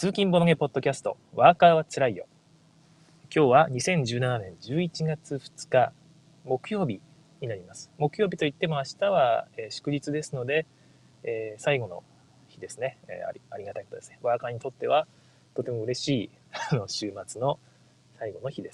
通勤ボノゲポッドキャスト、ワーカーはつらいよ。今日は2017年11月2日、木曜日になります。木曜日といっても明日は祝日ですので、最後の日ですね。ありがたいことですね。ワーカーにとってはとても嬉しい週末の最後の日です。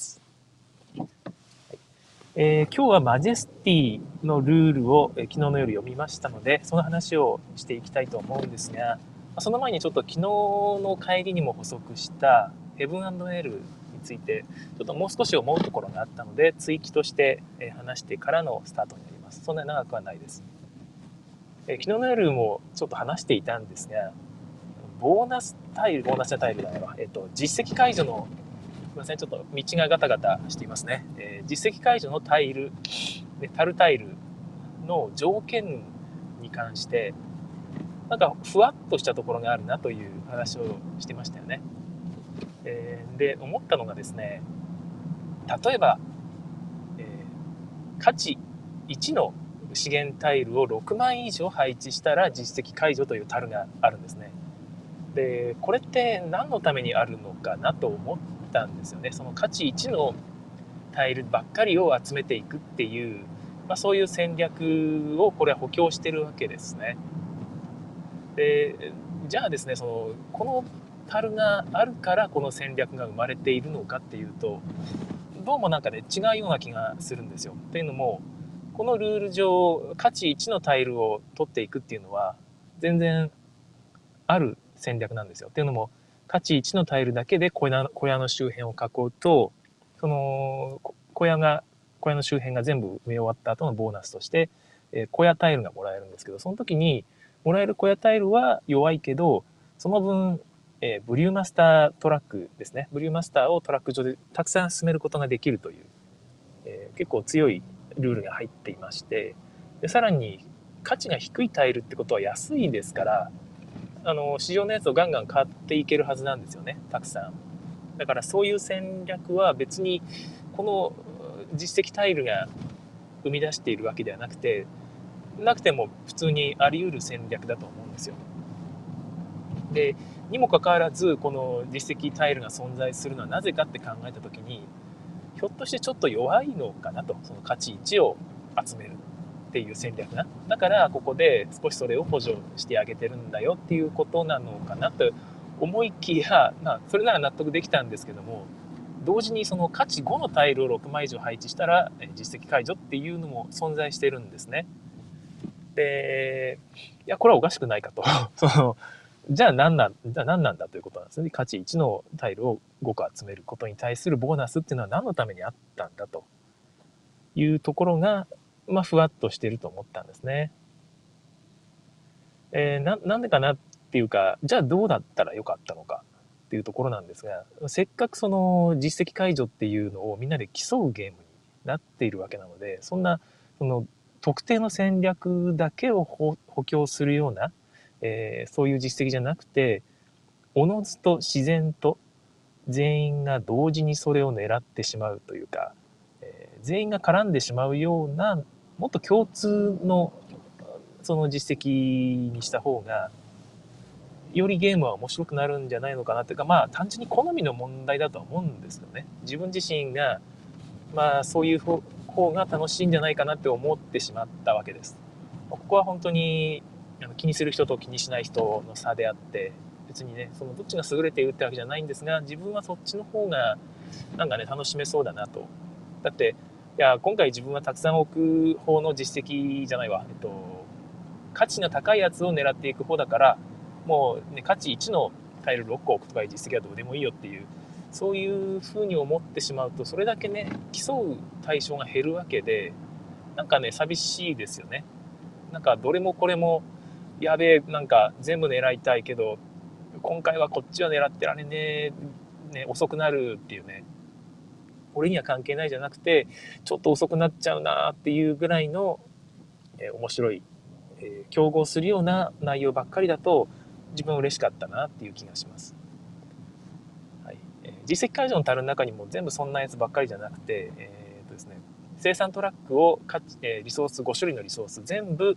今日はマジェスティのルールを昨日の夜読みましたので、その話をしていきたいと思うんですが、その前にちょっと昨日の帰りにも補足したヘブン&エルについてちょっともう少し思うところがあったので、追記として話してからのスタートになります。そんなに長くはないです。昨日の夜もちょっと話していたんですが、ボーナスタイルだよ、実績解除の、すみません、ちょっと道がガタガタしていますね。実績解除のタイル、タルタイルの条件に関してなんかふわっとしたところがあるなという話をしてましたよね。で思ったのがですね、例えば、価値1の資源タイルを6枚以上配置したら実績解除というタルがあるんですね。でこれって何のためにあるのかなと思ったんですよね。その価値1のタイルばっかりを集めていくっていう、そういう戦略をこれは補強してるわけですね。でじゃあですね、このタルがあるからこの戦略が生まれているのかっていうと、どうもなんかね違うような気がするんですよ。というのも、このルール上価値1のタイルを取っていくっていうのは全然ある戦略なんですよ。っていうのも、価値1のタイルだけで小屋の周辺を囲うと、その小屋の周辺が全部埋め終わった後のボーナスとして小屋タイルがもらえるんですけど、その時にもらえる小屋タイルは弱いけど、その分ブリューマスタートラックですね、ブリューマスターをトラック上でたくさん進めることができるという、結構強いルールが入っていまして、でさらに価値が低いタイルってことは安いですから、市場のやつをガンガン買っていけるはずなんですよね、たくさん。だからそういう戦略は別にこの実績タイルが生み出しているわけではなくて、なくても普通にあり得る戦略だと思うんですよ。でにもかかわらずこの実績タイルが存在するのはなぜかって考えた時に、ひょっとしてちょっと弱いのかなと、その価値1を集めるっていう戦略が、だからここで少しそれを補助してあげてるんだよっていうことなのかなと思いきや、それなら納得できたんですけども、同時にその価値5のタイルを6枚以上配置したら実績解除っていうのも存在してるんですね。でいやこれはおかしくないかとじゃあ何なんだということなんですね。価値1のタイルを5個集めることに対するボーナスっていうのは何のためにあったんだというところが、ふわっとしてると思ったんですね。なんでかなっていうか、じゃあどうだったらよかったのかっていうところなんですが、せっかくその実績解除っていうのをみんなで競うゲームになっているわけなので、そんなその特定の戦略だけを補強するような、そういう実績じゃなくて、おのずと自然と全員が同時にそれを狙ってしまうというか、全員が絡んでしまうような、もっと共通のその実績にした方がよりゲームは面白くなるんじゃないのかなというか、単純に好みの問題だとは思うんですよね。自分自身がそういう方が楽しいんじゃないかなって思ってしまったわけです。ここは本当に気にする人と気にしない人の差であって、別にねそのどっちが優れているってわけじゃないんですが、自分はそっちの方がなんかね楽しめそうだなと。だって今回自分はたくさん置く方の実績じゃないわ、価値の高いやつを狙っていく方だから、もう、ね、価値1のタイル6個置くとかいう実績はどうでもいいよっていう、そういう風に思ってしまうと、それだけね競う対象が減るわけで、なんかね寂しいですよね。なんかどれもこれもやべえ、なんか全部狙いたいけど今回はこっちは狙ってられねえ、ね、遅くなるっていうね、俺には関係ないじゃなくてちょっと遅くなっちゃうなっていうぐらいの、面白い、競合するような内容ばっかりだと自分は嬉しかったなっていう気がします。はい、実績解除のタルの中にも全部そんなやつばっかりじゃなくて、ですね、生産トラックをリソース5種類のリソース全部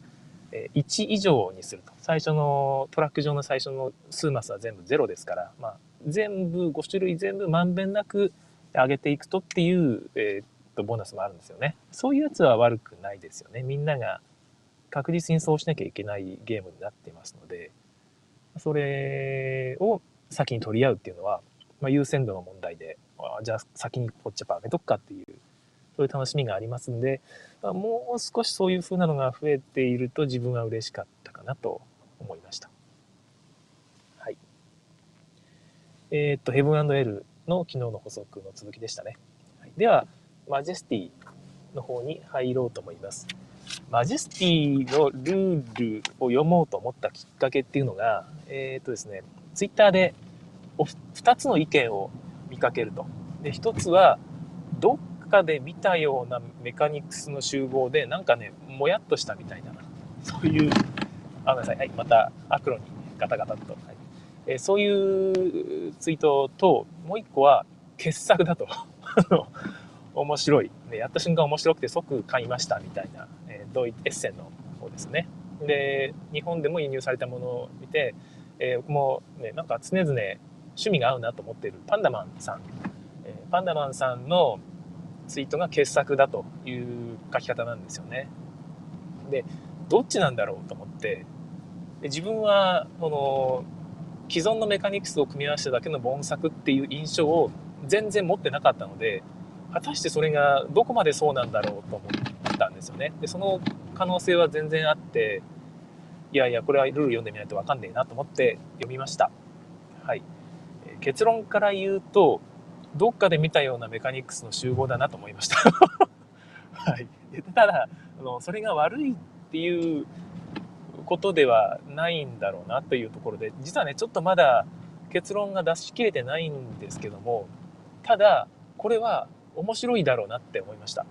1以上にすると。最初のトラック上の最初の数マスは全部0ですから、全部5種類全部まんべんなく上げていくとっていう、ボーナスもあるんですよね。そういうやつは悪くないですよね。みんなが確実にそうしなきゃいけないゲームになっていますので、それを先に取り合うっていうのは、優先度の問題で、じゃあ先にこっちやっぱ上げとくかっていう、そういう楽しみがありますんで、もう少しそういう風なのが増えていると自分は嬉しかったかなと思いました。はい。ヘブン&エルの昨日の補足の続きでしたね。はい、では、マジェスティの方に入ろうと思います。マジェスティのルールを読もうと思ったきっかけっていうのが、ですね、ツイッターで2つの意見を見かけると。で、1つは、どっかで見たようなメカニクスの集合で、なんかね、もやっとしたみたいな、そういう、ごめんなさい、はい、またアクロにガタガタと。はい、そういうツイートと、もう1個は、傑作だと。面白い、ね、やった瞬間面白くて即買いましたみたいな、ドイエッセンの方ですね。で、日本でも輸入されたものを見て、僕も、ね、なんか常々趣味が合うなと思っているパンダマンさん、パンダマンさんのツイートが傑作だという書き方なんですよね。で、どっちなんだろうと思って、で自分はこの既存のメカニクスを組み合わせただけの凡作っていう印象を全然持ってなかったので、果たしてそれがどこまでそうなんだろうと思ったんですよね。で、その可能性は全然あって、いやいや、これはルール読んでみないと分かんねえなと思って読みました。はい。結論から言うと、どっかで見たようなメカニクスの集合だなと思いました。はい。ただ、それが悪いっていうことではないんだろうなというところで、実はね、ちょっとまだ結論が出し切れてないんですけども、ただ、これは面白いだろうなって思いました。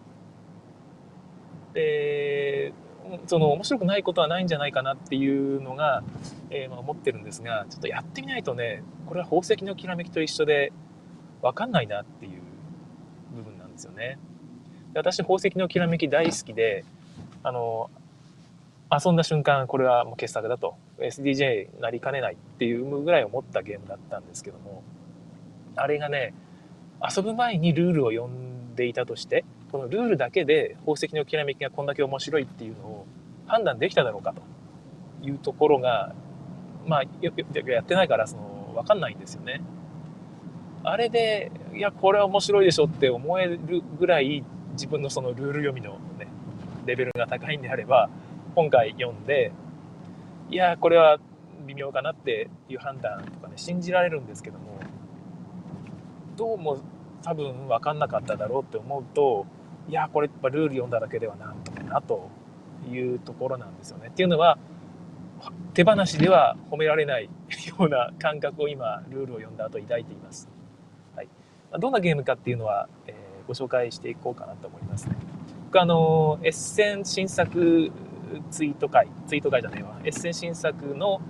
で、その面白くないことはないんじゃないかなっていうのが、思ってるんですが、ちょっとやってみないとね、これは宝石のきらめきと一緒で分かんないなっていう部分なんですよね。で、私、宝石のきらめき大好きで、あの、遊んだ瞬間、これはもう傑作だと、SDJ になりかねないっていうぐらい思ったゲームだったんですけども、あれがね、遊ぶ前にルールを読んでいたとして、このルールだけで宝石のきらめきがこんだけ面白いっていうのを判断できただろうかというところが、やってないから分かんないんですよね。あれで、いや、これは面白いでしょって思えるぐらい自分のそのルール読みの、ね、レベルが高いんであれば、今回読んで、いや、これは微妙かなっていう判断とかね、信じられるんですけども、どうも多分分かんなかっただろうって思うと、いや、これやっぱルール読んだだけではなんとかなというところなんですよね。っていうのは、手放しでは褒められないような感覚を今、ルールを読んだ後抱いています。はい。どんなゲームかっていうのは、ご紹介していこうかなと思いますね。僕エッセン新作ツイート会じゃないわ、エッセン新作の、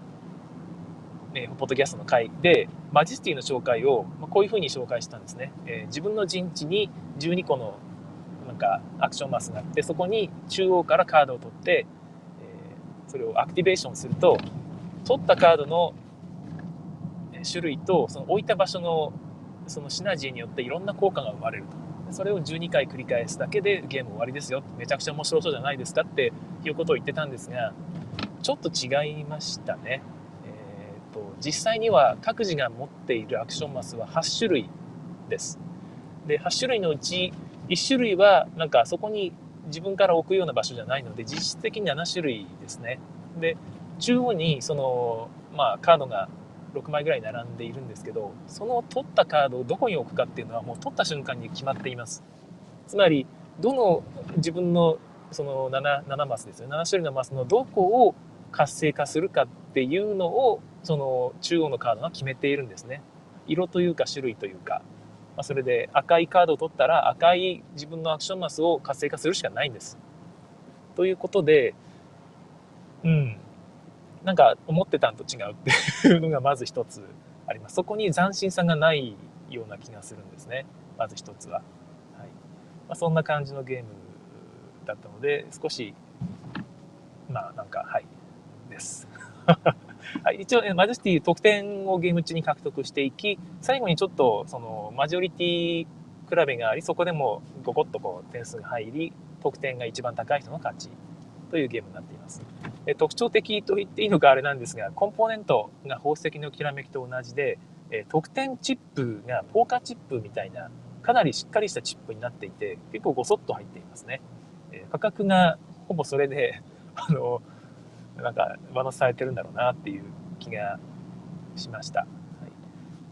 ポッドキャストの回でマジェスティの紹介を、こういう風に紹介したんですね。自分の陣地に12個のなんかアクションマスがあって、そこに中央からカードを取って、それをアクティベーションすると、取ったカードの種類とその置いた場所のそのシナジーによっていろんな効果が生まれると。それを12回繰り返すだけでゲーム終わりですよ、めちゃくちゃ面白そうじゃないですかっていうことを言ってたんですが、ちょっと違いましたね。実際には各自が持っているアクションマスは8種類です。で、8種類のうち1種類はなんかそこに自分から置くような場所じゃないので、実質的に7種類ですね。で、中央にその、カードが6枚ぐらい並んでいるんですけど、その取ったカードをどこに置くかっていうのはもう取った瞬間に決まっています。つまり、どの自分のその 7マスですよ、7種類のマスのどこを活性化するかっていうのをその中央のカードが決めているんですね。色というか種類というか、それで赤いカードを取ったら赤い自分のアクションマスを活性化するしかないんです。ということで、なんか思ってたんと違うっていうのがまず一つあります。そこに斬新さがないような気がするんですね、まず一つは。はい。そんな感じのゲームだったので、少しなんかはいです。はい、一応マジェスティ得点をゲーム中に獲得していき、最後にちょっとそのマジョリティ比べがあり、そこでもゴコッとこう点数が入り、得点が一番高い人の勝ちというゲームになっています。特徴的と言っていいのかあれなんですが、コンポーネントが宝石のきらめきと同じで、得点チップがポーカーチップみたいなかなりしっかりしたチップになっていて、結構ごそっと入っていますね。価格がほぼそれでなんか上乗せされてるんだろうなっていう気がしました。はい、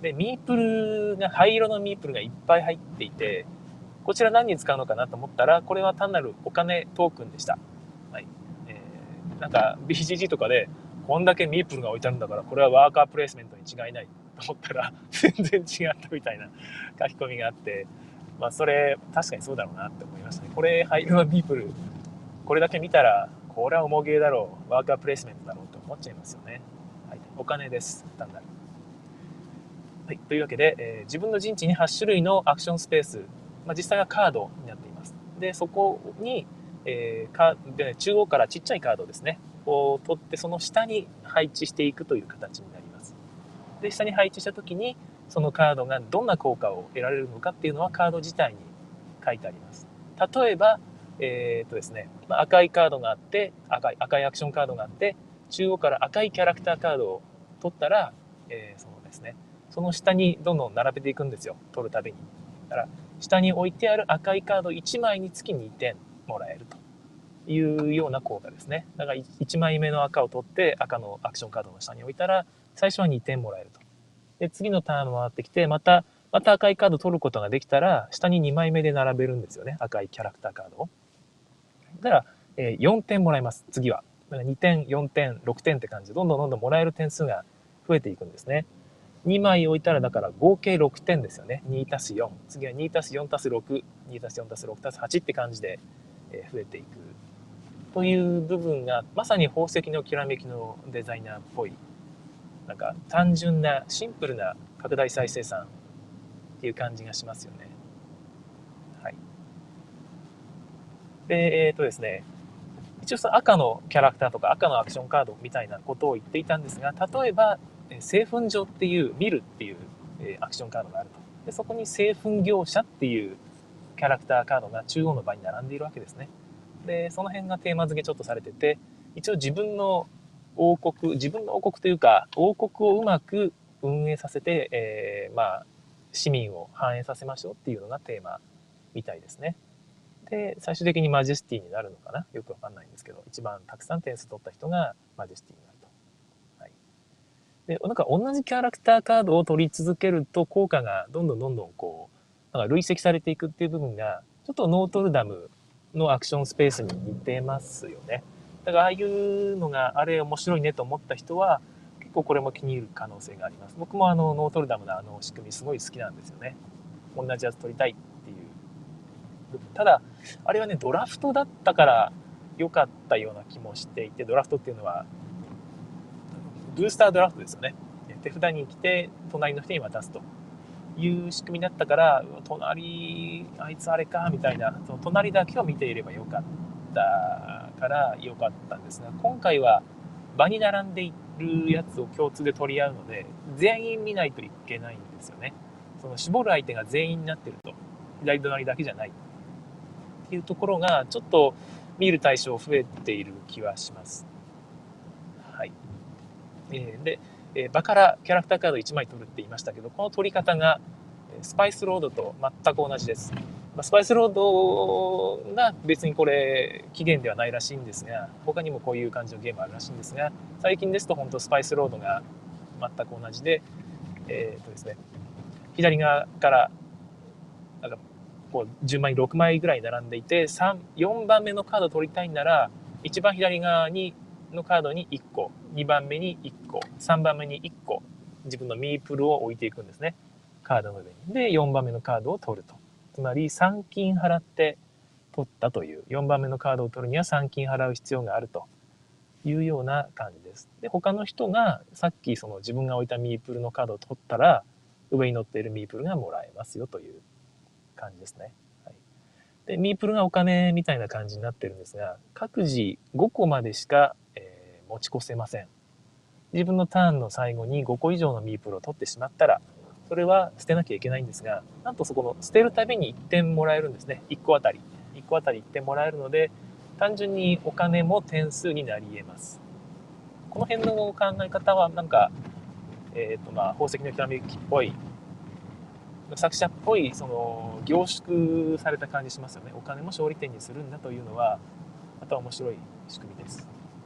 でミープルが灰色のミープルがいっぱい入っていて、こちら何に使うのかなと思ったら、これは単なるお金トークンでした。はい、なんか BGG とかでこんだけミープルが置いてあるんだから、これはワーカープレイスメントに違いないと思ったら全然違ったみたいな書き込みがあって、それ確かにそうだろうなって思いましたね。これ灰色のミープル、これだけ見たらこれは重ゲーだろう、ワーカープレイスメントだろうと思っちゃいますよね。はい、お金です、単なる。はい、というわけで、自分の陣地に8種類のアクションスペース、実際はカードになっています。でそこに、で中央からちっちゃいカードですねを取って、その下に配置していくという形になります。で下に配置した時にそのカードがどんな効果を得られるのかっていうのはカード自体に書いてあります。例えば、ですね、赤いカードがあって、赤いアクションカードがあって、中央から赤いキャラクターカードを取ったら、そのですね、その下にどんどん並べていくんですよ、取るたびに。だから下に置いてある赤いカード1枚につき2点もらえるというような効果ですね。だから1枚目の赤を取って赤のアクションカードの下に置いたら最初は2点もらえると。で次のターン回ってきてまた赤いカード取ることができたら下に2枚目で並べるんですよね、赤いキャラクターカードを。だから、4点もらえます、次は。だから2点4点6点って感じでどんどんもらえる点数が増えていくんですね。2枚置いたらだから合計6点ですよね。2たす4、次は2たす4たす6、2たす4たす6たす8って感じで増えていくという部分がまさに宝石のきらめきのデザイナーっぽい、なんか単純なシンプルな拡大再生産っていう感じがしますよね。はい。でですね、一応その赤のキャラクターとか赤のアクションカードみたいなことを言っていたんですが、例えば製粉所っていう見るっていうアクションカードがあると。でそこに製粉業者っていうキャラクターカードが中央の場に並んでいるわけですね。でその辺がテーマ付けちょっとされてて、一応自分の王国というか王国をうまく運営させて、市民を反映させましょうっていうのがテーマみたいですね。で最終的にマジェスティになるのかな、よくわかんないんですけど、一番たくさん点数取った人がマジェスティになると。はい、でなんか同じキャラクターカードを取り続けると効果がどんどんこうなんか累積されていくっていう部分がちょっとノートルダムのアクションスペースに似てますよね。だからああいうのがあれ面白いねと思った人は結構これも気に入る可能性があります。僕もノートルダムの仕組みすごい好きなんですよね。同じやつ取りたいっていう部分。ただあれはねドラフトだったから良かったような気もしていて、ドラフトっていうのはブースタードラフトですよね。手札に来て隣の人に渡すという仕組みだったから、隣あいつあれかみたいな、その隣だけを見ていればよかったからよかったんですが、今回は場に並んでいるやつを共通で取り合うので全員見ないといけないんですよね。その絞る相手が全員になってると、左隣だけじゃないっていうところがちょっと見る対象増えている気はします。はい。で、場からキャラクターカード1枚取るって言いましたけど、この取り方がスパイスロードと全く同じです。スパイスロードが別にこれ期限ではないらしいんですが、他にもこういう感じのゲームあるらしいんですが、最近ですと本当スパイスロードが全く同じで、ですね、左側からなんかこう順番に6枚ぐらい並んでいて、4番目のカードを取りたいなら一番左側にのカードに1個、2番目に1個、3番目に1個自分のミープルを置いていくんですね、カードの上に。で4番目のカードを取ると、つまり3金払って取ったという、4番目のカードを取るには3金払う必要があるというような感じです。で他の人がさっきその自分が置いたミープルのカードを取ったら上に乗っているミープルがもらえますよという感じですね。はい、 で、ミープルがお金みたいな感じになってるんですが、各自5個までしか、持ち越せません。自分のターンの最後に5個以上のミープルを取ってしまったら、それは捨てなきゃいけないんですが、なんとそこの捨てるたびに1点もらえるんですね。1個あたり。1個あたり1点もらえるので、単純にお金も点数になり得ます。この辺の考え方はなんか、宝石のきらめきっぽい、作者っぽい、凝縮された感じしますよね。お金も勝利点にするんだというのは、また面白い仕組みです。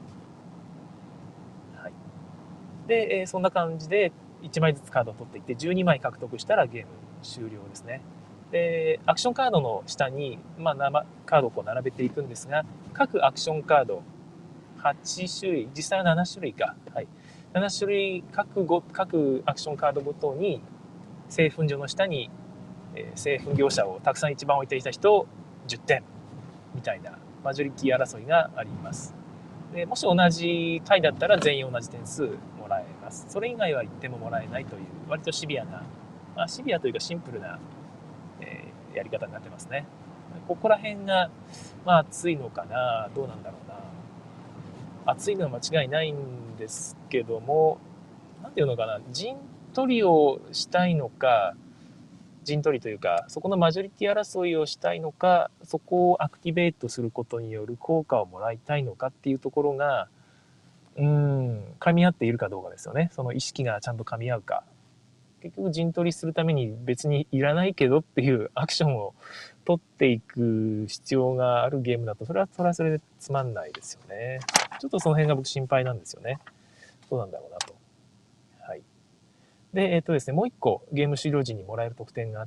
はい。で、そんな感じで1枚ずつカードを取っていって、12枚獲得したらゲーム終了ですね。で、アクションカードの下に、カードをこう並べていくんですが、各アクションカード、8種類、実際は7種類か。はい。7種類各アクションカードごとに、製粉所の下に、製粉業者をたくさん一番置いていた人10点みたいなマジョリティ争いがあります。でもし同じ回だったら全員同じ点数もらえます。それ以外は1点ももらえないという割とシビアな、シビアというかシンプルな、やり方になってますね。ここら辺が、熱いのかな、どうなんだろうな。熱いのは間違いないんですけども、なんていうのかな、陣取りをしたいのか、陣取りというか、そこのマジョリティ争いをしたいのか、そこをアクティベートすることによる効果をもらいたいのかっていうところが、噛み合っているかどうかですよね。その意識がちゃんと噛み合うか。結局陣取りするために別にいらないけどっていうアクションを取っていく必要があるゲームだと、それはそれでつまんないですよね。ちょっとその辺が僕心配なんですよね。どうなんだろうなと。はい。で、ですね、もう一個ゲーム終了時にもらえる特典があって、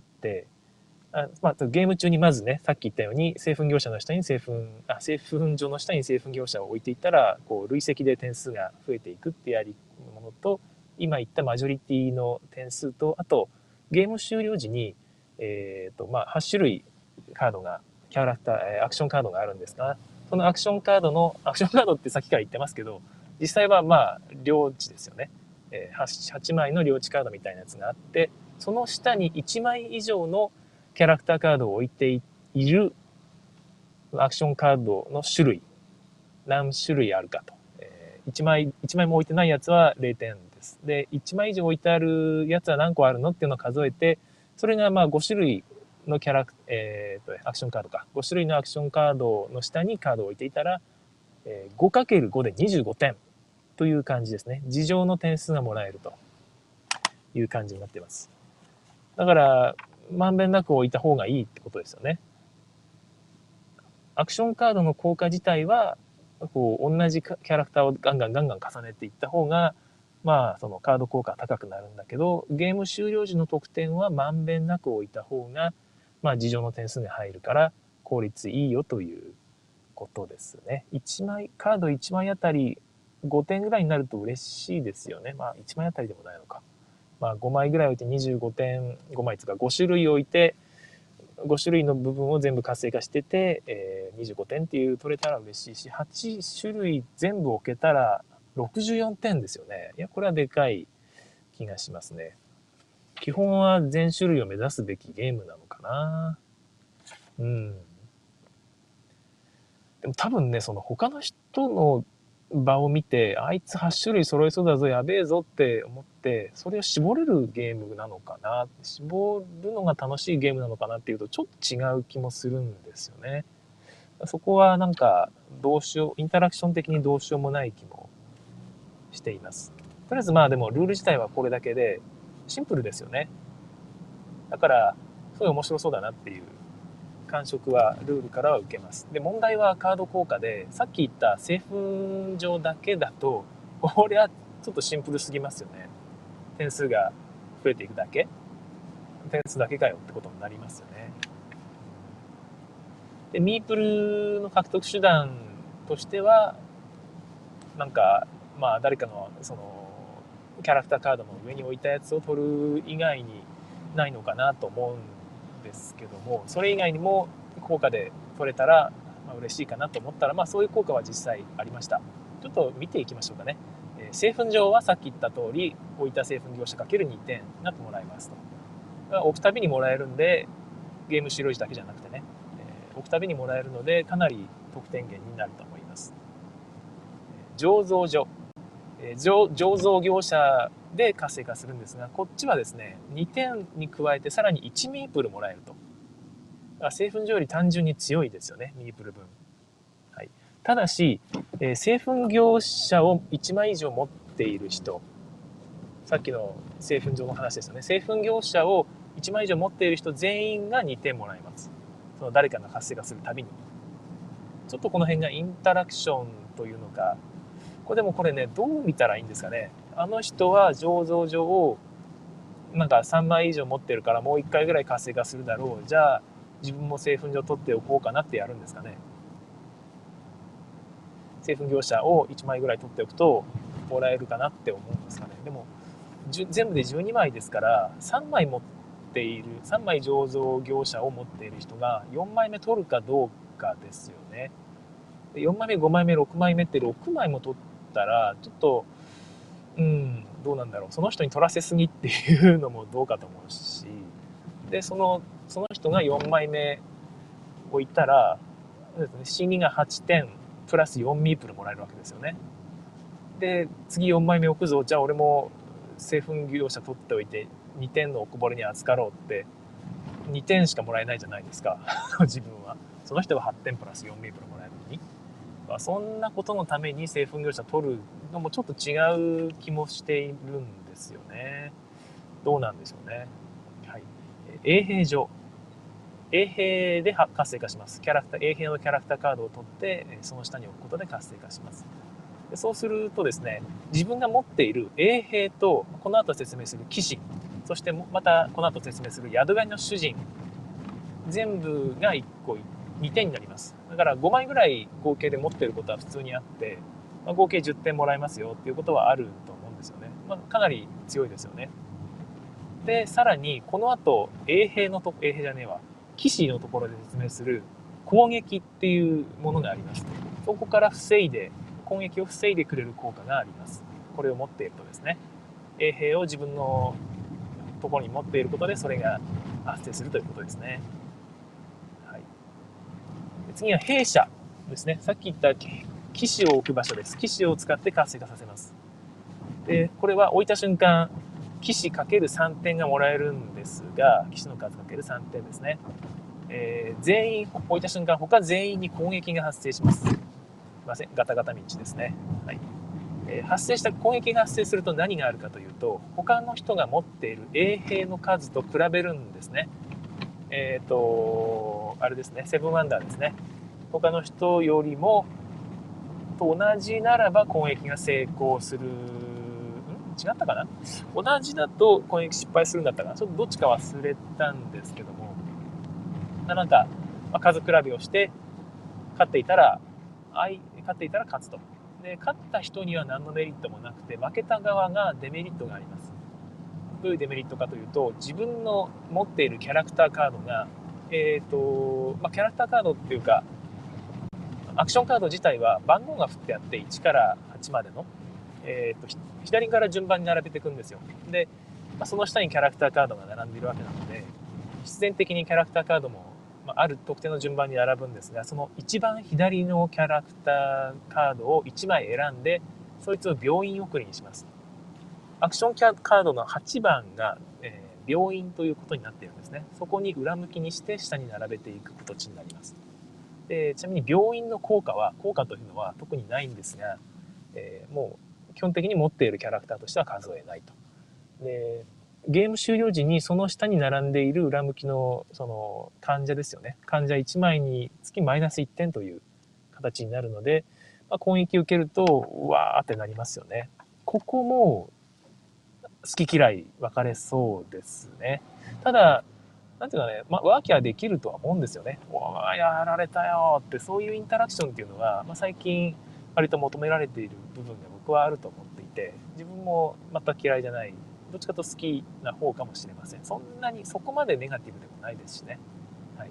ゲーム中にまずね、さっき言ったように製粉業者の下に製粉所の下に製粉業者を置いていったら、こう累積で点数が増えていくってやりものと、今言ったマジョリティの点数と、あとゲーム終了時に、8種類カードがキャラクター、アクションカードがあるんですが、そのアクションカードってさっきから言ってますけど、実際は領地ですよね。8枚の領地カードみたいなやつがあって、その下に1枚以上のキャラクターカードを置いているアクションカードの種類、何種類あるかと。1枚も置いてないやつは0点です。で、1枚以上置いてあるやつは何個あるのっていうのを数えて、それが5種類のアクションカードか。5種類のアクションカードの下にカードを置いていたら、5×5 で25点という感じですね。事情の点数がもらえるという感じになっています。だから、まんべんなく置いた方がいいってことですよね。アクションカードの効果自体は、こう、同じキャラクターをガンガン重ねていった方が、そのカード効果は高くなるんだけど、ゲーム終了時の得点はまんべんなく置いた方が、事情の点数に入るから効率いいよということですね。カード1枚あたり5点ぐらいになると嬉しいですよね。1枚あたりでもないのか。5枚ぐらい置いて25点、5枚つうか5種類置いて、5種類の部分を全部活性化してて、25点っていう取れたら嬉しいし、8種類全部置けたら64点ですよね。いや、これはでかい気がしますね。基本は全種類を目指すべきゲームなのかな。でも多分ね、その他の人の場を見て、あいつ8種類揃えそうだぞ、やべえぞって思って、それを絞れるゲームなのかな、絞るのが楽しいゲームなのかなっていうと、ちょっと違う気もするんですよね。そこはなんか、インタラクション的にどうしようもない気もしています。とりあえずでもルール自体はこれだけで、シンプルですよね。だから、すごい面白そうだなっていう感触はルールからは受けます。で、問題はカード効果で、さっき言った製粉上だけだと、これはちょっとシンプルすぎますよね。点数が増えていくだけ、点数だけかよってことになりますよね。で、ミープルの獲得手段としては、なんか、誰かのそのキャラクターカードの上に置いたやつを取る以外にないのかなと思うんですけども、それ以外にも効果で取れたら嬉しいかなと思ったら、そういう効果は実際ありました。ちょっと見ていきましょうかね。製粉場はさっき言った通り、置いた製粉業者 ×2 点がもらえますと。置くたびにもらえるんで、ゲーム終了時だけじゃなくてね、 置くたびにもらえるので、かなり得点源になると思います。醸造所、醸造業者で活性化するんですが、こっちはですね、2点に加えてさらに1ミープルもらえると。だから製粉所より単純に強いですよね、ミープル分。はい、ただし、製粉業者を1枚以上持っている人、さっきの製粉所の話ですよね。製粉業者を1枚以上持っている人全員が2点もらえます。その誰かが活性化するたびに。ちょっとこの辺がインタラクションというのか、でもこれね、どう見たらいいんですかね。あの人は醸造所をなんか3枚以上持ってるからもう1回ぐらい活性化するだろう。じゃあ自分も製粉所取っておこうかなってやるんですかね。製粉業者を1枚ぐらい取っておくともらえるかなって思うんですかね。でも全部で12枚ですから3枚持っている3枚醸造業者を持っている人が4枚目取るかどうかですよね。4枚目5枚目6枚目って6枚も取ったらちょっとどうなんだろう、その人に取らせすぎっていうのもどうかと思うし、でその人が4枚目をいったら、心理が8点プラス4ミープルもらえるわけですよね。で次4枚目置くぞ、じゃあ俺も製粉業者取っておいて2点のおこぼれに預かろうって2点しかもらえないじゃないですか自分は。その人は8点プラス4ミープルもらえるのに、そんなことのために製粉業者取るのもちょっと違う気もしているんですよね。どうなんでしょうね。はい、衛兵所、衛兵で活性化します。衛兵のキャラクターカードを取ってその下に置くことで活性化します。でそうするとですね、自分が持っている衛兵とこの後説明する騎士、そしてまたこの後説明する宿狩りの主人、全部が1個2点になります。だから5枚ぐらい合計で持っていることは普通にあって、合計10点もらえますよっていうことはあると思うんですよね。かなり強いですよね。でさらにこの後衛兵じゃねえわ騎士のところで説明する攻撃っていうものがあります。そこから攻撃を防いでくれる効果があります。これを持っているとですね、衛兵を自分のところに持っていることでそれが発生するということですね。はい、次は兵舎ですね。さっき言った騎士を置く場所です。騎士を使って活性化させます。でこれは置いた瞬間騎士 ×3 点がもらえるんですが、騎士の数 ×3 点ですね。全員置いた瞬間他全員に攻撃が発生します。すいません、ガタガタ道ですね。はい、攻撃が発生すると何があるかというと、他の人が持っている衛兵の数と比べるんですね。あれですね、セブンワンダーですね。他の人よりもと同じならば攻撃が成功する。違ったかな、同じだと攻撃失敗するんだったかな、ちょっとどっちか忘れたんですけども、なんか、数比べをして勝っていたら勝つと。で勝った人には何のメリットもなくて負けた側がデメリットがあります。どういうデメリットかというと、自分の持っているキャラクターカードがキャラクターカードっていうかアクションカード自体は番号が振ってあって1から8までの、左から順番に並べていくんですよ。で、その下にキャラクターカードが並んでいるわけなので、必然的にキャラクターカードも、ある特定の順番に並ぶんですが、その一番左のキャラクターカードを1枚選んでそいつを病院送りにします。アクションカードの8番が、病院ということになっているんですね。そこに裏向きにして下に並べていく形になります。でちなみに病院の効果というのは特にないんですが、もう基本的に持っているキャラクターとしては数えないと。でゲーム終了時にその下に並んでいる裏向きのその患者ですよね。患者1枚につきマイナス1点という形になるので、攻撃を受けるとうわーってなりますよね。ここも好き嫌い分かれそうですね。ただなんていうかね、ワーキャーできるとは思うんですよね。やられたよって、そういうインタラクションっていうのは、最近割と求められている部分が僕はあると思っていて、自分も全く嫌いじゃない、どっちかと好きな方かもしれません。そこまでネガティブでもないですしね。はい。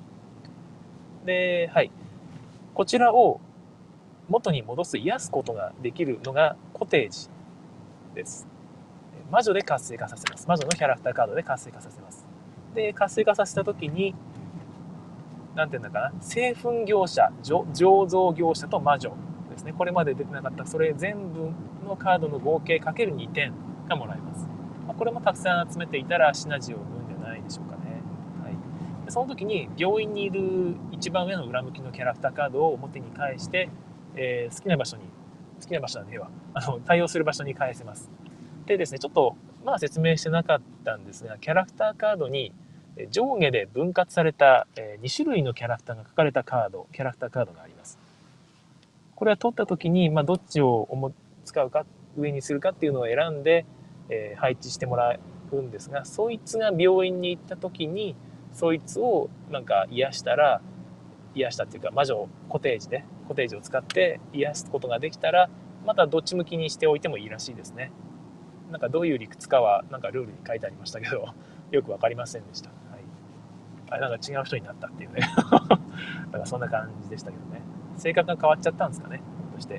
で、はい。こちらを元に戻す、癒すことができるのがコテージです。魔女で活性化させます。魔女のキャラクターカードで活性化させます。で活性化させた時になんていうんだかな、製粉業者、醸造業者と魔女ですね。これまで出てなかったそれ全部のカードの合計かける2点がもらえます。これもたくさん集めていたらシナジーを生むんじゃないでしょうかね。はい、でその時に病院にいる一番上の裏向きのキャラクターカードを表に返して、好きな場所はねえわ、対応する場所に返せます。でですね、ちょっとまあ説明してなかったんですが、キャラクターカードに上下で分割された2種類のキャラクターが書かれたキャラクターカードがあります。これは取った時に、どっちを使うか、上にするかっていうのを選んで、配置してもらうんですが、そいつが病院に行った時に、そいつをなんか癒したっていうか、魔女コテージを使って癒すことができたら、またどっち向きにしておいてもいいらしいですね。なんかどういう理屈かはなんかルールに書いてありましたけど、よく分かりませんでした。はい、あれなんか違う人になったっていうねなんかそんな感じでしたけどね。性格が変わっちゃったんですかね、として。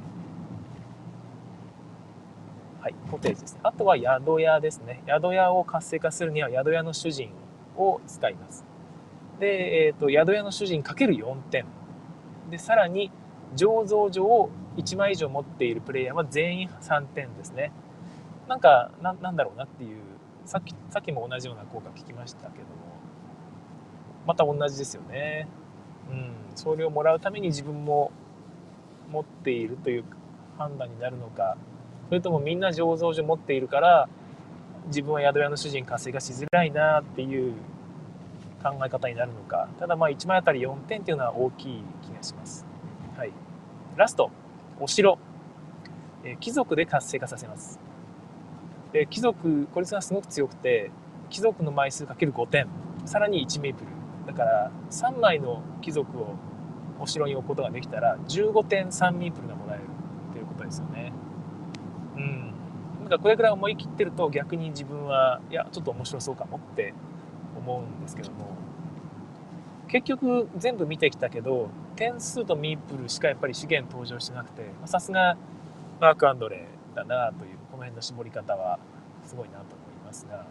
はい、コテージですね。あとは宿屋ですね。宿屋を活性化するには宿屋の主人を使います。で、宿屋の主人かける4点で、さらに醸造所を1枚以上持っているプレイヤーは全員3点ですね。なんだろうなっていう、さっきも同じような効果聞きましたけども、また同じですよね。それをもらうために自分も持っているという判断になるのか、それともみんな醸造所持っているから自分は宿屋の主人活性化しづらいなっていう考え方になるのか。ただ1枚あたり4点っていうのは大きい気がします。はい、ラスト、お城、貴族で活性化させます。で貴族、こいつがすごく強くて、貴族の枚数 ×5 点、さらに1メープルだから3枚の貴族をお城に置くことができたら15点3ミープルがもらえるということですよね。なんかこれくらい思い切ってると逆に自分はいやちょっと面白そうかもって思うんですけども、結局全部見てきたけど点数とミープルしかやっぱり資源登場してなくて、さすがマーク・アンドレだなという、この辺の絞り方はすごいなと思いますが、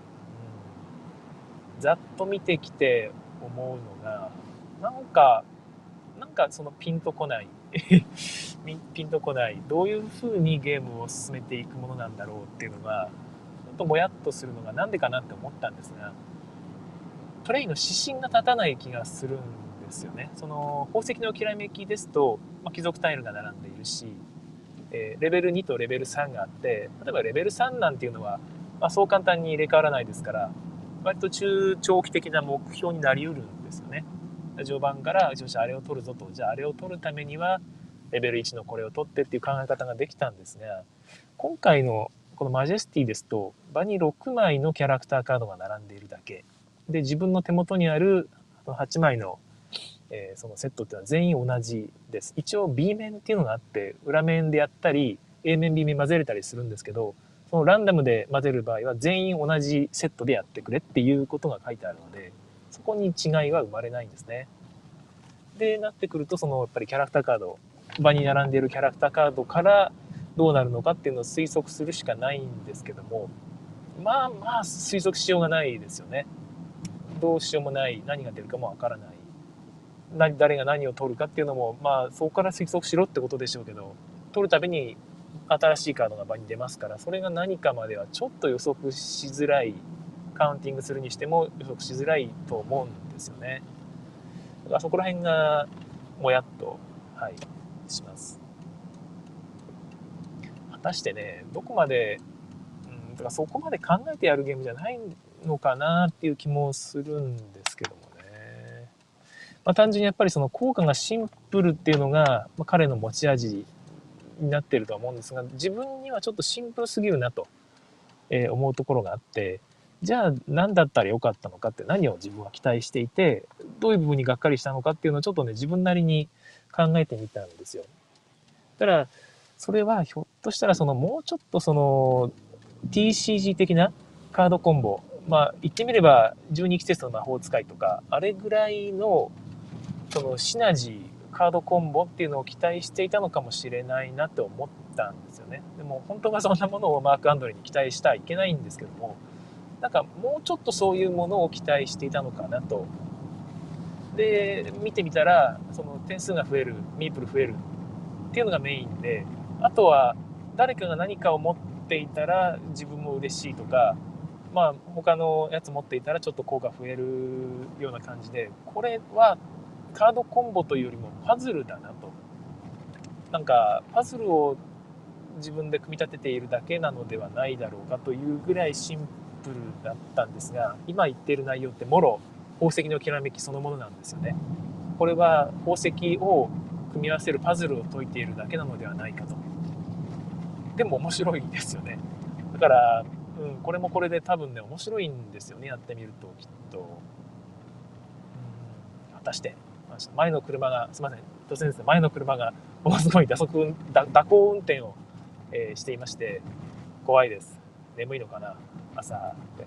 ざっと見てきて思うのが、なんかそのピンとこないピンとこない、どういう風にゲームを進めていくものなんだろうっていうのがちょっともやっとするのがなんでかなって思ったんですが、プレイの指針が立たない気がするんですよね。その宝石のきらめきですと、貴族タイルが並んでいるし、レベル2とレベル3があって、例えばレベル3なんていうのは、そう簡単に入れ替わらないですから、割と中長期的な目標になりうるんですよね。序盤からよしあれを取るぞと、じゃああれを取るためにはレベル1のこれを取ってっていう考え方ができたんですが、今回のこのマジェスティですと場に6枚のキャラクターカードが並んでいるだけで、自分の手元にある8枚のそのセットっていうのは全員同じです。一応 B 面っていうのがあって、裏面でやったり A 面 B 面混ぜれたりするんですけど、そのランダムで混ぜる場合は全員同じセットでやってくれっていうことが書いてあるので、そこに違いは生まれないんですね。でなってくると、そのやっぱりキャラクターカード、場に並んでいるキャラクターカードからどうなるのかっていうのを推測するしかないんですけども、推測しようがないですよね。どうしようもない、何が出るかもわからない、誰が何を取るかっていうのも、そこから推測しろってことでしょうけど、取るたびに新しいカードが場に出ますから、それが何かまではちょっと予測しづらい、カウンティングするにしても予測しづらいと思うんですよね。だからそこら辺がもやっと、はい、します。果たしてね、どこまで、だからそこまで考えてやるゲームじゃないのかなっていう気もするんですけどもね。単純にやっぱりその効果がシンプルっていうのが、彼の持ち味になっているとは思うんですが、自分にはちょっとシンプルすぎるなと思うところがあって、じゃあ何だったらよかったのかって、何を自分は期待していて、どういう部分にがっかりしたのかっていうのをちょっとね、自分なりに考えてみたんですよ。だからそれはひょっとしたらもうちょっとTCG 的なカードコンボ、言ってみれば12季節の魔法使いとか、あれぐらいのそのシナジー、カードコンボっていうのを期待していたのかもしれないなって思ったんですよね。でも本当はそんなものをマーク・アンドレに期待してはいけないんですけども、なんかもうちょっとそういうものを期待していたのかなとで見てみたらその点数が増える、ミープル増えるっていうのがメインで、あとは誰かが何かを持っていたら自分も嬉しいとか、まあ他のやつ持っていたらちょっと効果増えるような感じで、これはカードコンボというよりもパズルだなと。なんかパズルを自分で組み立てているだけなのではないだろうかというぐらいシンプルだったんですが、今言っている内容ってもろ宝石のきらめきそのものなんですよね。これは宝石を組み合わせるパズルを解いているだけなのではないかと。でも面白いですよね。だから、これもこれで多分ね面白いんですよね、やってみるときっと。果たして前の車が、すみません突然ですね、前の車がものすごい蛇行運転を、していまして、怖いです。眠いのかな、朝って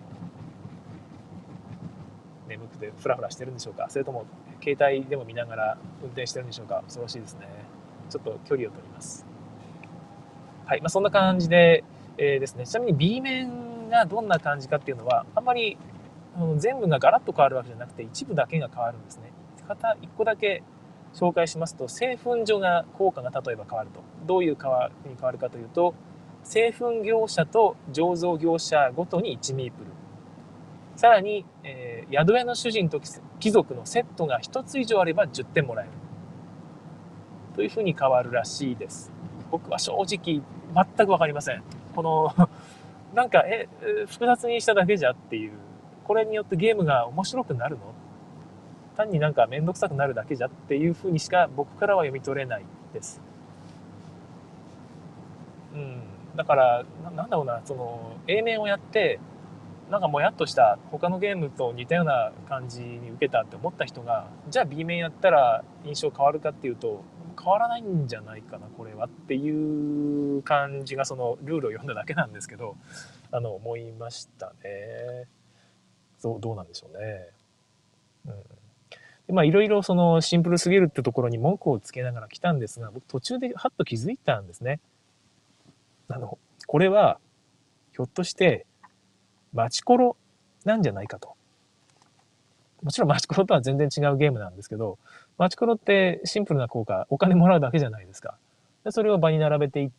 眠くてフラフラしてるんでしょうか、それとも携帯でも見ながら運転してるんでしょうか。恐ろしいですね。ちょっと距離を取ります。はい、そんな感じで、ですね。ちなみに B 面がどんな感じかっていうのはあんまり全部がガラッと変わるわけじゃなくて、一部だけが変わるんですね。1個だけ紹介しますと、製粉所が効果が例えば変わると。どういうに変わるかというと、製粉業者と醸造業者ごとに1ミープル、さらに、宿屋の主人と貴族のセットが1つ以上あれば10点もらえるというふうに変わるらしいです。僕は正直全く分かりません。このなんか複雑にしただけじゃっていう、これによってゲームが面白くなるの、単になんか面倒くさくなるだけじゃっていうふうにしか僕からは読み取れないです。だからなんだろうな、その A 面をやってなんかもやっとした他のゲームと似たような感じに受けたって思った人が、じゃあ B 面やったら印象変わるかっていうと変わらないんじゃないかなこれはっていう感じが、そのルールを読んだだけなんですけど、思いましたね。どうなんでしょうね。いろいろそのシンプルすぎるってところに文句をつけながら来たんですが、僕途中でハッと気づいたんですね。これはひょっとしてマチコロなんじゃないかと。もちろんマチコロとは全然違うゲームなんですけど、マチコロってシンプルな効果、お金もらうだけじゃないですか。でそれを場に並べていって、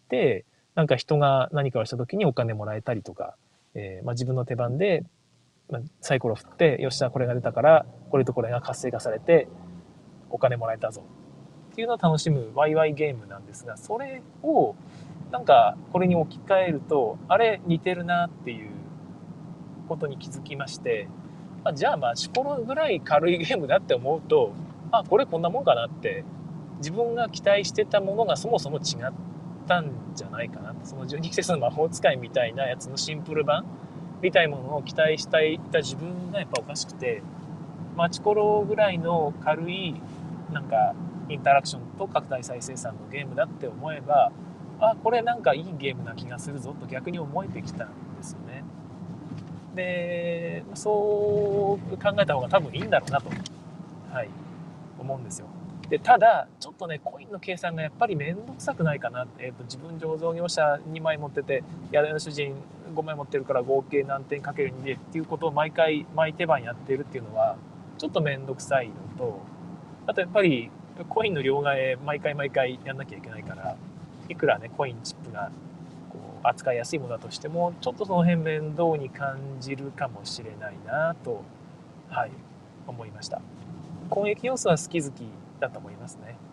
なんか人が何かをした時にお金もらえたりとか、自分の手番でサイコロ振って、よっしゃこれが出たからこれとこれが活性化されてお金もらえたぞっていうのを楽しむワイワイゲームなんですが、それをなんかこれに置き換えるとあれ似てるなっていうことに気づきまして、じゃあマチコロぐらい軽いゲームだって思うと、これこんなもんかなって、自分が期待してたものがそもそも違ったんじゃないかな。その12季節の魔法使いみたいなやつのシンプル版みたいなものを期待していた自分がやっぱおかしくて、マチコロぐらいの軽いなんかインタラクションと拡大再生産のゲームだって思えば、これなんかいいゲームな気がするぞと逆に思えてきたんですよね。でそう考えた方が多分いいんだろうなと、思うんですよ。でただちょっとねコインの計算がやっぱり面倒くさくないかなって、自分醸造業者2枚持ってて宿屋の主人5枚持ってるから合計何点かける2でっていうことを毎手番やってるっていうのはちょっと面倒くさいのと、あとやっぱりコインの両替毎回やんなきゃいけないから、いくらねコインチップが扱いやすいものだとしてもちょっとその辺面倒に感じるかもしれないなと、思いました。攻撃要素は好き好きだと思いますね。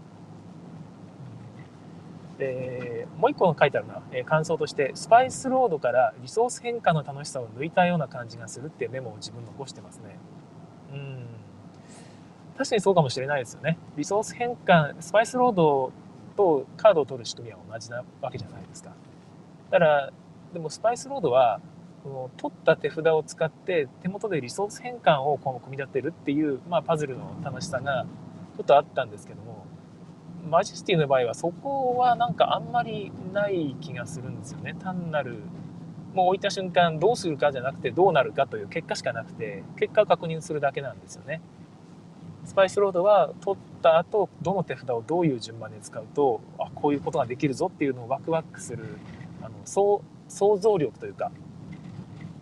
でもう一個書いてあるのは、感想としてスパイスロードからリソース変化の楽しさを抜いたような感じがするっていうメモを自分残してますね。確かにそうかもしれないですよね。リソース変換、スパイスロードとカードを取る仕組みは同じなわけじゃないですか。だからでもスパイスロードは取った手札を使って手元でリソース変換を組み立てるっていう、パズルの楽しさがちょっとあったんですけども、マジェスティの場合はそこはなんかあんまりない気がするんですよね。単なるもう置いた瞬間どうするかじゃなくてどうなるかという結果しかなくて、結果を確認するだけなんですよね。スパイスロードは取った後どの手札をどういう順番で使うとこういうことができるぞっていうのをワクワクする想像力というか、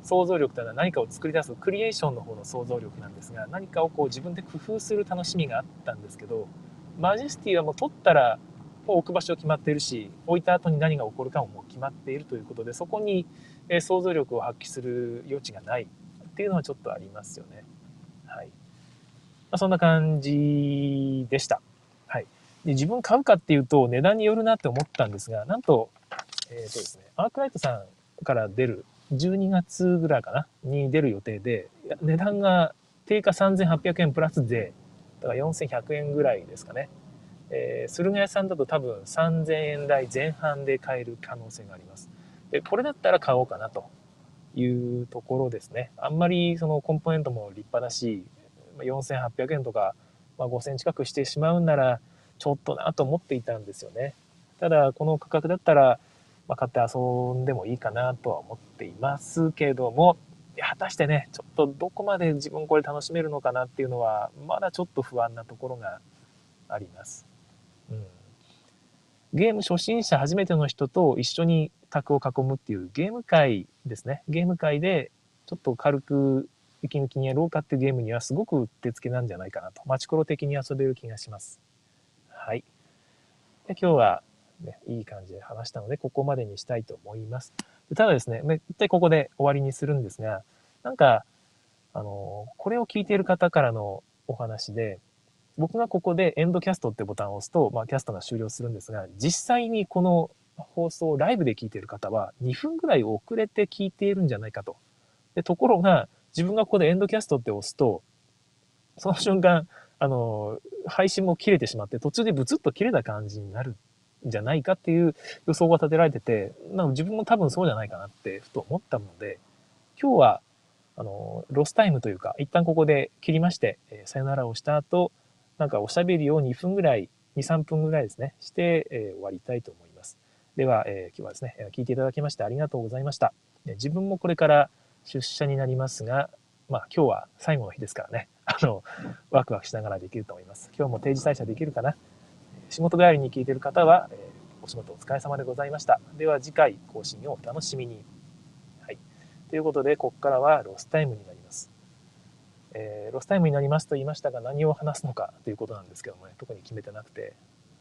想像力というのは何かを作り出すクリエーションの方の想像力なんですが、何かをこう自分で工夫する楽しみがあったんですけど、マジェスティはもう取ったらもう置く場所決まっているし、置いた後に何が起こるかももう決まっているということで、そこに想像力を発揮する余地がないっていうのはちょっとありますよね。はい。そんな感じでした。はい。で、自分買うかっていうと値段によるなって思ったんですが、なんと、ですね、アークライトさんから出る12月ぐらいかなに出る予定で、値段が定価3800円プラス税、だから4100円ぐらいですかね。駿河屋さんだと多分3000円台前半で買える可能性があります。で、これだったら買おうかなというところですね。あんまりそのコンポーネントも立派だし、4800円とか、5000円近くしてしまうなら、ちょっとなと思っていたんですよね。ただ、この価格だったら、買って遊んでもいいかなとは思っていますけども、果たしてね、ちょっとどこまで自分これ楽しめるのかなっていうのは、まだちょっと不安なところがあります。うん、ゲーム初心者初めての人と一緒に卓を囲むっていうゲーム会ですね。ゲーム会でちょっと軽く息抜きにやろうかっていうゲームにはすごくうってつけなんじゃないかなと。マチコロ的に遊べる気がします。はい。で今日は、ね、いい感じで話したので、ここまでにしたいと思います。ただですね、一体ここで終わりにするんですが、なんか、これを聞いている方からのお話で、僕がここでエンドキャストってボタンを押すと、キャストが終了するんですが、実際にこの放送をライブで聞いている方は2分ぐらい遅れて聞いているんじゃないかと。でところが、自分がここでエンドキャストって押すと、その瞬間、配信も切れてしまって、途中でブツッと切れた感じになるんじゃないかっていう予想が立てられてて、自分も多分そうじゃないかなってふと思ったので、今日はロスタイムというか、一旦ここで切りまして、さよならをした後、なんかおしゃべりを2分ぐらい、2、3分ぐらいですね、して、終わりたいと思います。では、今日はですね、聞いていただきましてありがとうございました。自分もこれから出社になりますが、今日は最後の日ですからね、ワクワクしながらできると思います。今日も定時退社できるかな。仕事帰りに聞いている方は、お仕事お疲れ様でございました。では次回更新をお楽しみに。はい。ということで、ここからはロスタイムになります。ロスタイムになりますと言いましたが、何を話すのかということなんですけどもね、特に決めてなくて。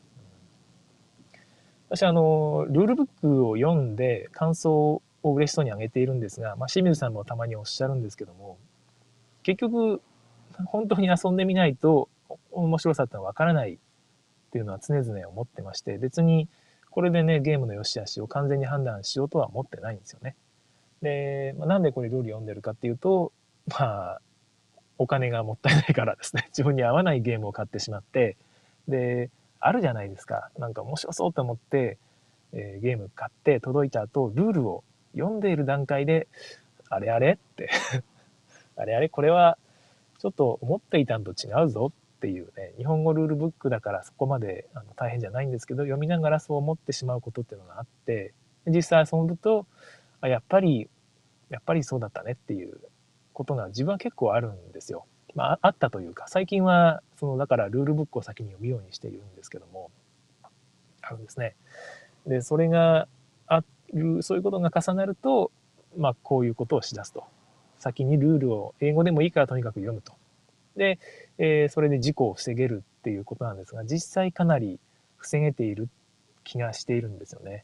私ルールブックを読んで感想を嬉しそうに挙げているんですが、清水さんもたまにおっしゃるんですけども、結局、本当に遊んでみないと面白さってのは分からないっていうのは常々思ってまして、別にこれでね、ゲームの良し悪しを完全に判断しようとは思ってないんですよね。で、なんでこれルール読んでるかっていうと、お金がもったいないからですね、自分に合わないゲームを買ってしまって、で、あるじゃないですか。なんか面白そうと思って、ゲーム買って届いた後、ルールを読んでいる段階で、あれあれってあれあれこれはちょっと思っていたんと違うぞっていうね、日本語ルールブックだからそこまで大変じゃないんですけど、読みながらそう思ってしまうことっていうのがあって、実際遊ぶと、やっぱりそうだったねっていうことが自分は結構あるんですよ。あったというか、最近はだからルールブックを先に読むようにしているんですけども、あるんですね。で、それがある、そういうことが重なると、こういうことをしだすと。先にルールを英語でもいいからとにかく読むと。で、それで事故を防げるっていうことなんですが、実際かなり防げている気がしているんですよね。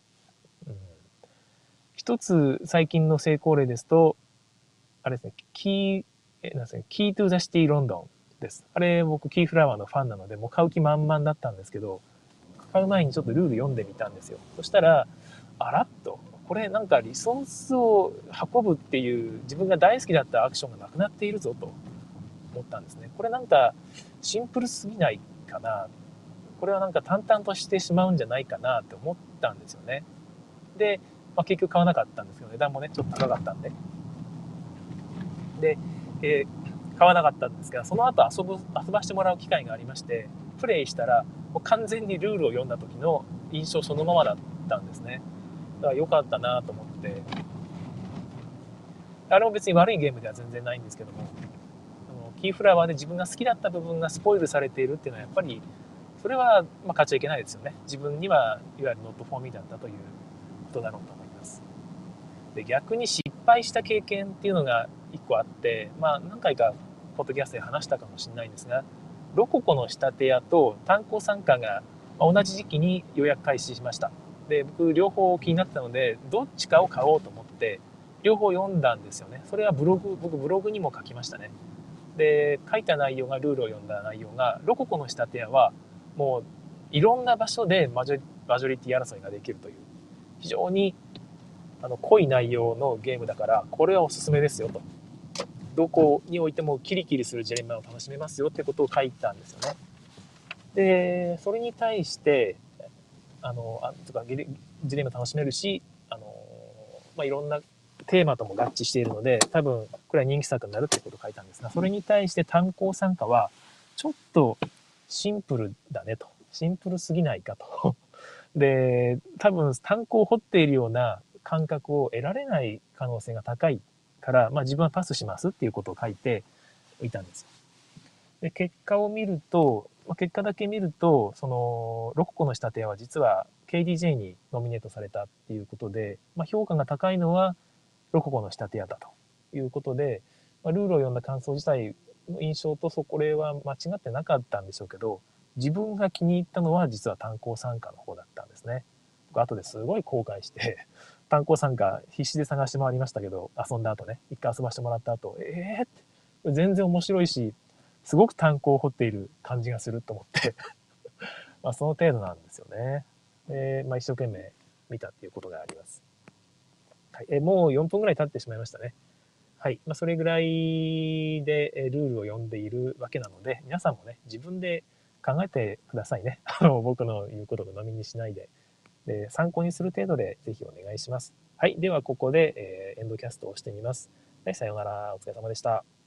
一つ最近の成功例ですと、あれですね、キートゥザシティロンドンです。あれ僕キーフラワーのファンなので、もう買う気満々だったんですけど、買う前にちょっとルール読んでみたんですよ。そしたら、あらっと、これなんかリソースを運ぶっていう自分が大好きだったアクションがなくなっているぞと思ったんですね。これなんかシンプルすぎないかな。これはなんか淡々としてしまうんじゃないかなって思ったんですよね。で、結局買わなかったんですけど、値段もね、ちょっと高かったんで。で、買わなかったんですが、その後遊ばしてもらう機会がありまして、プレイしたら、もう完全にルールを読んだ時の印象そのままだったんですね。だから良かったなと思って、あれも別に悪いゲームでは全然ないんですけども、キーフラワーで自分が好きだった部分がスポイルされているっていうのはやっぱり、それは買っちゃいけないですよね。自分にはいわゆるノットフォーミーだったということだろうと思います。で、逆に失敗した経験っていうのが一個あって、何回かポッドキャストで話したかもしれないんですが、ロココの仕立て屋と炭鉱参加が同じ時期に予約開始しました。で、僕両方気になってたので、どっちかを買おうと思って両方読んだんですよね。それは僕ブログにも書きましたね。で、書いた内容が、ルールを読んだ内容が、ロココの仕立て屋はもういろんな場所でマジョリティ争いができるという、非常に濃い内容のゲームだから、これはおすすめですよと。どこにおいてもキリキリするジレンマを楽しめますよってことを書いたんですよね。で、それに対して、とかジレンマ楽しめるし、いろんなテーマとも合致しているので、多分これは人気作になるってことを書いたんですが、それに対して炭鉱参加はちょっとシンプルだねと。シンプルすぎないかと。で、多分炭鉱を掘っているような感覚を得られない可能性が高いから、自分はパスしますっていうことを書いていたんです。で、結果を見ると、結果だけ見ると、その、ロココの仕立て屋は実は KDJ にノミネートされたっていうことで、評価が高いのはロココの仕立て屋だということで、ルールを読んだ感想自体の印象とこれは間違ってなかったんでしょうけど、自分が気に入ったのは実は炭鉱参加の方だったんですね。僕後ですごい後悔して、炭鉱参加必死で探して回りましたけど、遊んだ後ね、一回遊ばしてもらった後、って、全然面白いし、すごく炭鉱を掘っている感じがすると思ってその程度なんですよね。で、一生懸命見たっていうことがあります。はい、もう4分ぐらい経ってしまいましたね。はい。それぐらいでルールを読んでいるわけなので、皆さんもね、自分で考えてくださいね。僕の言うことを飲みにしないで。で、参考にする程度でぜひお願いします。はい。では、ここで、エンドキャストをしてみます。はい、さようなら。お疲れ様でした。